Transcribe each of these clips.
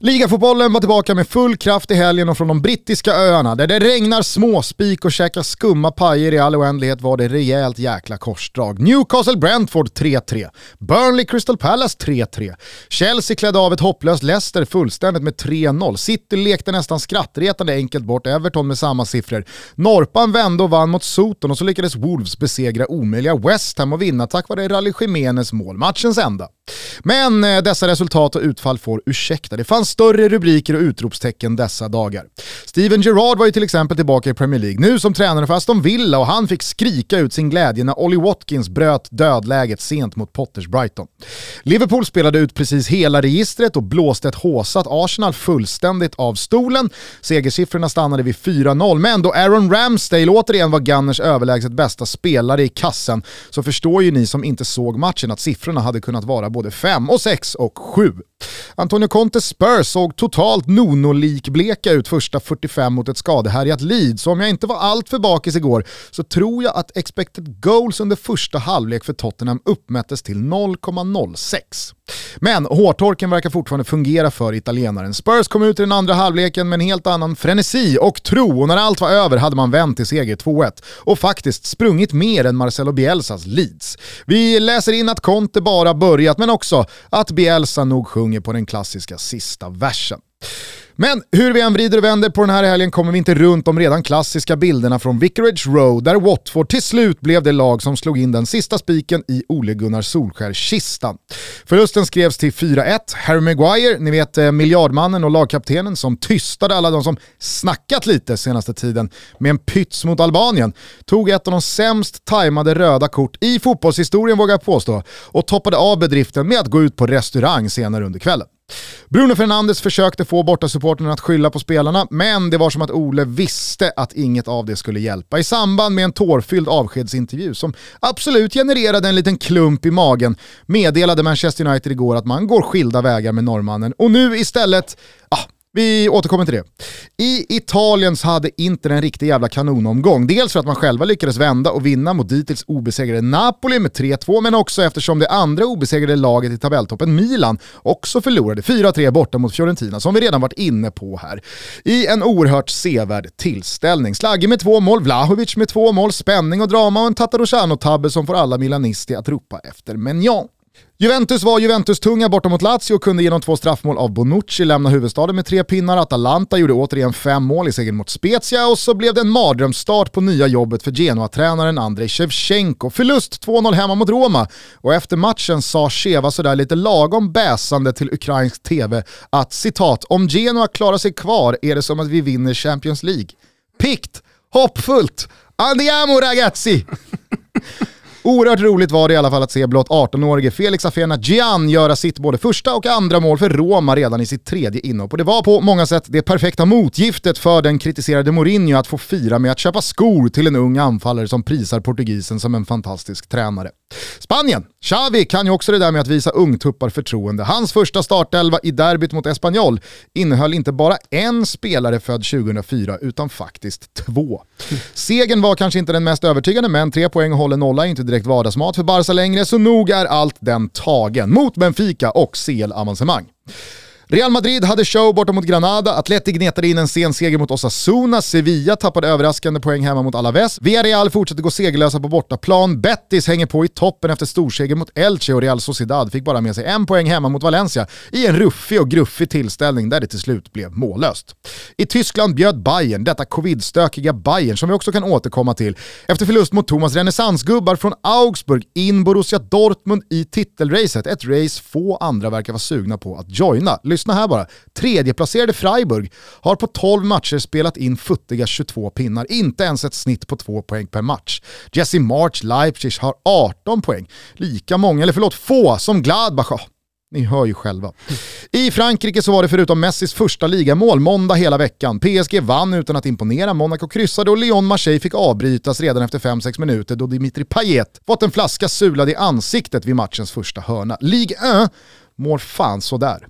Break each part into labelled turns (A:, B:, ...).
A: Ligafotbollen var tillbaka med full kraft i helgen och från de brittiska öarna där det regnar småspik och käkar skumma pajer i all oändlighet var det rejält jäkla korsdrag. Newcastle-Brentford 3-3, Burnley-Crystal Palace 3-3, Chelsea klädde av ett hopplöst Leicester fullständigt med 3-0, City lekte nästan skrattretande enkelt bort Everton med samma siffror, Norpan vände och vann mot Soton och så lyckades Wolves besegra omöjliga West Ham och vinna tack vare Rally Jiménez mål, matchens ända. Men dessa resultat och utfall får ursäkta. Det fanns större rubriker och utropstecken dessa dagar. Steven Gerrard var ju till exempel tillbaka i Premier League nu som tränare för Aston Villa och han fick skrika ut sin glädje när Ollie Watkins bröt dödläget sent mot Potters Brighton. Liverpool spelade ut precis hela registret och blåste ett håsat Arsenal fullständigt av stolen. Segersiffrorna stannade vid 4-0, men då Aaron Ramsdale återigen var Gunners överlägset bästa spelare i kassen så förstår ju ni som inte såg matchen att siffrorna hade kunnat vara både 5 och 6 och 7. Antonio Contes Spurs såg totalt nono-likbleka ut första 45 mot ett skadehärjat Leeds. Så om jag inte var allt för bakis igår så tror jag att expected goals under första halvlek för Tottenham uppmättes till 0,06. Men hårtorken verkar fortfarande fungera för italienaren. Spurs kom ut i den andra halvleken med en helt annan frenesi och tro och när allt var över hade man vänt till seger 2-1 och faktiskt sprungit mer än Marcelo Bielsas Leeds. Vi läser in att Conte bara börjat men också att Bielsa nog sjunger på den klassiska sista versen. Men hur vi än vrider och vänder på den här helgen kommer vi inte runt de redan klassiska bilderna från Vicarage Road där Watford till slut blev det lag som slog in den sista spiken i Ole Gunnar Solskjær-kistan. Förlusten skrevs till 4-1. Harry Maguire, ni vet miljardmannen och lagkaptenen som tystade alla de som snackat lite senaste tiden med en pyts mot Albanien, tog ett av de sämst tajmade röda kort i fotbollshistorien vågar jag påstå och toppade av bedriften med att gå ut på restaurang senare under kvällen. Bruno Fernandes försökte få bortasupporterna att skylla på spelarna, men det var som att Ole visste att inget av det skulle hjälpa. I samband med en tårfylld avskedsintervju som absolut genererade en liten klump i magen meddelade Manchester United igår att man går skilda vägar med norrmannen och nu istället... Vi återkommer till det. I Italien så hade inte en riktig jävla kanonomgång. Dels för att man själva lyckades vända och vinna mot dittills obesegrade Napoli med 3-2, men också eftersom det andra obesegrade laget i tabelltoppen Milan också förlorade 4-3 borta mot Fiorentina som vi redan varit inne på här. I en oerhört sevärd tillställning. Slagge med 2 mål, Vlahovic med 2 mål, spänning och drama och en Tatarusano-tabbe som får alla milanister att ropa efter Menjan. Juventus var Juventus-tunga borta mot Lazio och kunde genom 2 straffmål av Bonucci lämna huvudstaden med 3 pinnar. Atalanta gjorde återigen 5 mål i segern mot Spezia och så blev det en mardrömsstart på nya jobbet för Genoa-tränaren Andrei Shevchenko. Förlust 2-0 hemma mot Roma och efter matchen sa Sheva sådär lite lagom bäsande till ukrainsk tv att citat, om Genoa klarar sig kvar är det som att vi vinner Champions League. Pikt, hoppfullt, andiamo ragazzi! Oerhört roligt var det i alla fall att se blott 18-årige Felix Afena-Gyan göra sitt både första och andra mål för Roma redan i sitt 3:e inhopp. Och det var på många sätt det perfekta motgiftet för den kritiserade Mourinho att få fira med att köpa skor till en ung anfallare som prisar portugisen som en fantastisk tränare. Spanien, Xavi kan ju också det där med att visa ungtuppar förtroende. Hans första startelva i derbyt mot Espanyol innehöll inte bara en spelare född 2004 utan faktiskt 2. Segern var kanske inte den mest övertygande, men 3 poäng och håller nolla är inte direkt vardagsmat för Barca längre, så nog är allt den tagen mot Benfica och CL-avancemang. Real Madrid hade show borta mot Granada, Atleti gnetade in en sen seger mot Osasuna, Sevilla tappade överraskande poäng hemma mot Alaves, Villarreal fortsätter gå segerlösa på bortaplan, Betis hänger på i toppen efter storseger mot Elche och Real Sociedad fick bara med sig 1 poäng hemma mot Valencia i en ruffig och gruffig tillställning där det till slut blev mållöst. I Tyskland bjöd Bayern, detta covid-stökiga Bayern som vi också kan återkomma till, efter förlust mot Thomas renässansgubbar från Augsburg in Borussia Dortmund i titelracet, ett race få andra verkar vara sugna på att joina. Lyssna här bara. 3:e-placerade Freiburg har på 12 matcher spelat in futtiga 22 pinnar. Inte ens ett snitt på 2 poäng per match. Jesse March Leipzig har 18 poäng. Lika många, eller få som Gladbach. Ni hör ju själva. I Frankrike så var det förutom Messis första ligamål måndag hela veckan. PSG vann utan att imponera, Monaco kryssade och Lyon-Marseille fick avbrytas redan efter 5-6 minuter då Dimitri Payet fått en flaska sulad i ansiktet vid matchens första hörna. Ligue 1 mår fan sådär.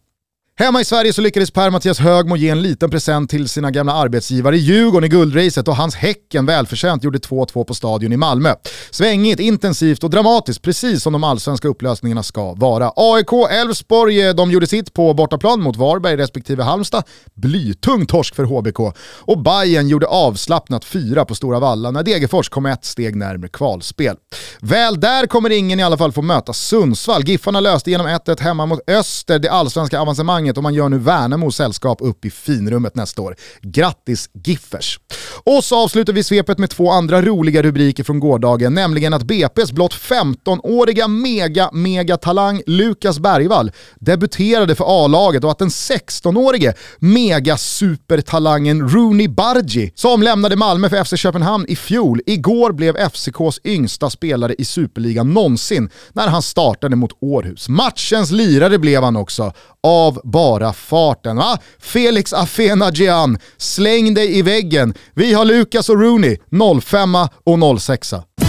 A: Hemma i Sverige så lyckades Per-Mattias Högmo ge en liten present till sina gamla arbetsgivare i Djurgården i guldracet och hans Häcken välförtjänt gjorde 2-2 på Stadion i Malmö. Svängigt, intensivt och dramatiskt, precis som de allsvenska upplösningarna ska vara. AIK Elfsborg, de gjorde sitt på bortaplan mot Varberg respektive Halmstad. Blytung torsk för HBK. Och Bayern gjorde avslappnat 4 på Stora Valla när Degerfors kom ett steg närmare kvalspel. Väl där kommer ingen i alla fall få möta Sundsvall. Giffarna löste genom 1-1 hemma mot Öster det allsvenska avancemanget och man gör nu Värnamos sällskap upp i finrummet nästa år. Grattis Giffers! Och så avslutar vi svepet med 2 andra roliga rubriker från gårdagen, nämligen att BP's blott 15-åriga mega-talang Lukas Bergvall debuterade för A-laget och att den 16-årige mega-supertalangen Rooney Bargi, som lämnade Malmö för FC Köpenhamn i fjol, igår blev FCKs yngsta spelare i Superligan någonsin när han startade mot Århus. Matchens lirare blev han också, av bara farten. Va? Felix Afena-Gyan, släng dig i väggen. Vi har Lukas och Rooney, 05 och 06.